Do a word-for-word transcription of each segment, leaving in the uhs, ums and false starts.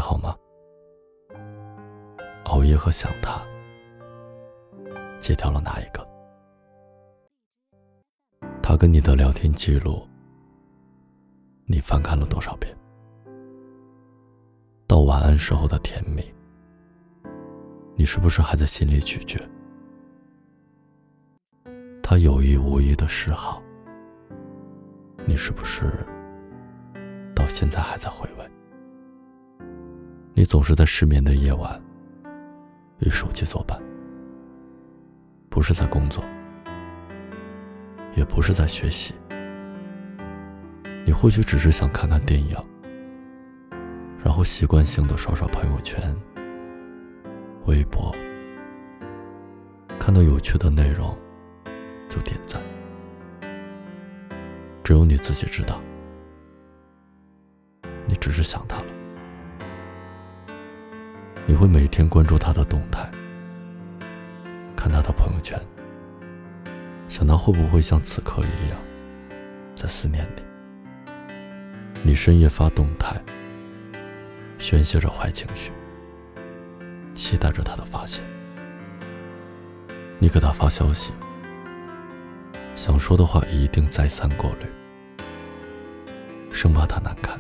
好吗？熬夜和想他，戒掉了哪一个？他跟你的聊天记录，你翻看了多少遍？到晚安时候的甜蜜，你是不是还在心里咀嚼？他有意无意的示好，你是不是到现在还在回味？你总是在失眠的夜晚与手机作伴，不是在工作，也不是在学习，你或许只是想看看电影，然后习惯性地刷刷朋友圈、微博，看到有趣的内容就点赞。只有你自己知道，你只是想他了。你会每天关注他的动态，看他的朋友圈，想他会不会像此刻一样在思念你。你深夜发动态，宣泄着坏情绪，期待着他的发现。你给他发消息，想说的话一定再三过滤，生怕他难堪。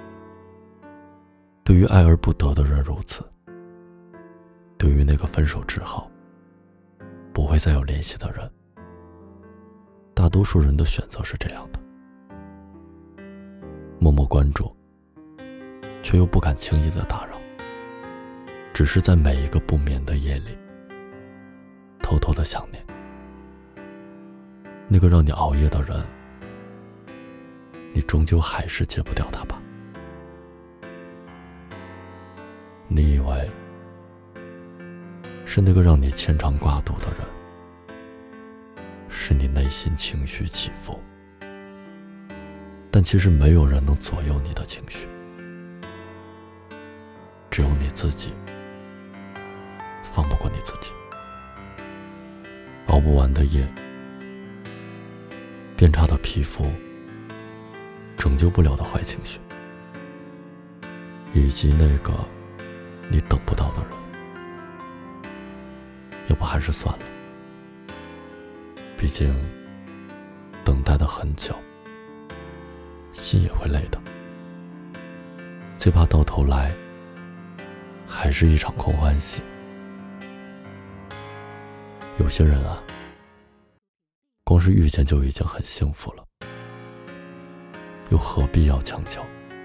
对于爱而不得的人如此，对于那个分手之后不会再有联系的人，大多数人的选择是这样的：默默关注，却又不敢轻易的打扰，只是在每一个不眠的夜里偷偷的想念那个让你熬夜的人。你终究还是戒不掉他吧？你以为是那个让你牵肠挂肚的人，是你内心情绪起伏，但其实没有人能左右你的情绪，只有你自己放不过你自己。熬不完的夜，变差的皮肤，拯救不了的坏情绪，以及那个你等不到的人，要不还是算了。毕竟等待的很久，心也会累的，最怕到头来还是一场空欢喜。有些人啊，光是遇见就已经很幸福了，又何必要强求？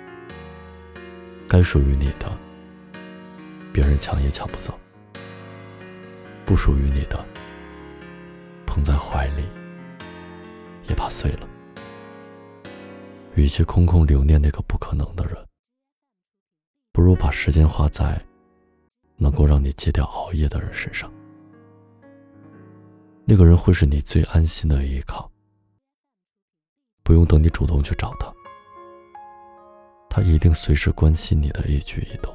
该属于你的，别人抢也抢不走；不属于你的，捧在怀里也怕碎了。与其空空留念那个不可能的人，不如把时间花在能够让你戒掉熬夜的人身上。那个人会是你最安心的依靠，不用等你主动去找他，他一定随时关心你的一举一动，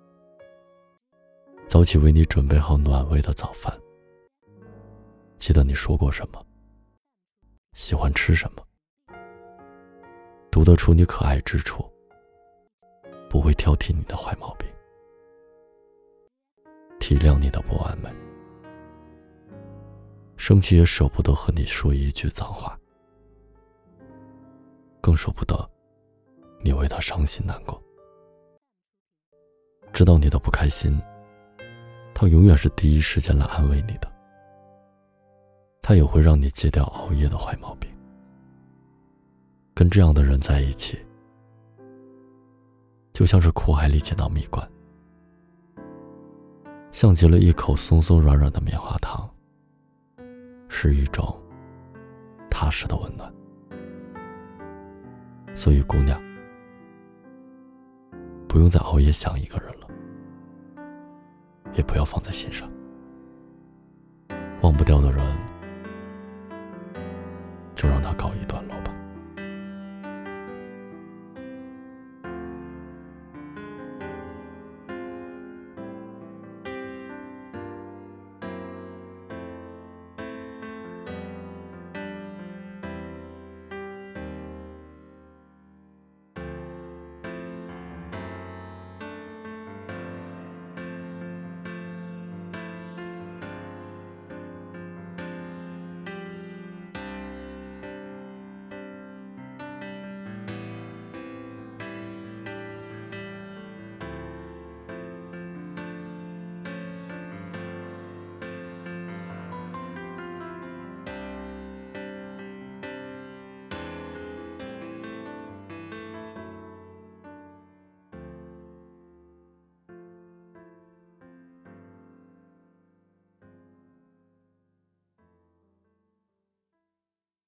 早起为你准备好暖胃的早饭，记得你说过什么，喜欢吃什么，读得出你可爱之处，不会挑剔你的坏毛病，体谅你的不完美，生气也舍不得和你说一句脏话，更舍不得你为他伤心难过。知道你的不开心，他永远是第一时间来安慰你的，他也会让你戒掉熬夜的坏毛病。跟这样的人在一起，就像是苦海里捡到蜜罐，像极了一口松松软软的棉花糖，是一种踏实的温暖。所以姑娘，不用再熬夜想一个人了，也不要放在心上。忘不掉的人，就让他告一段落吧。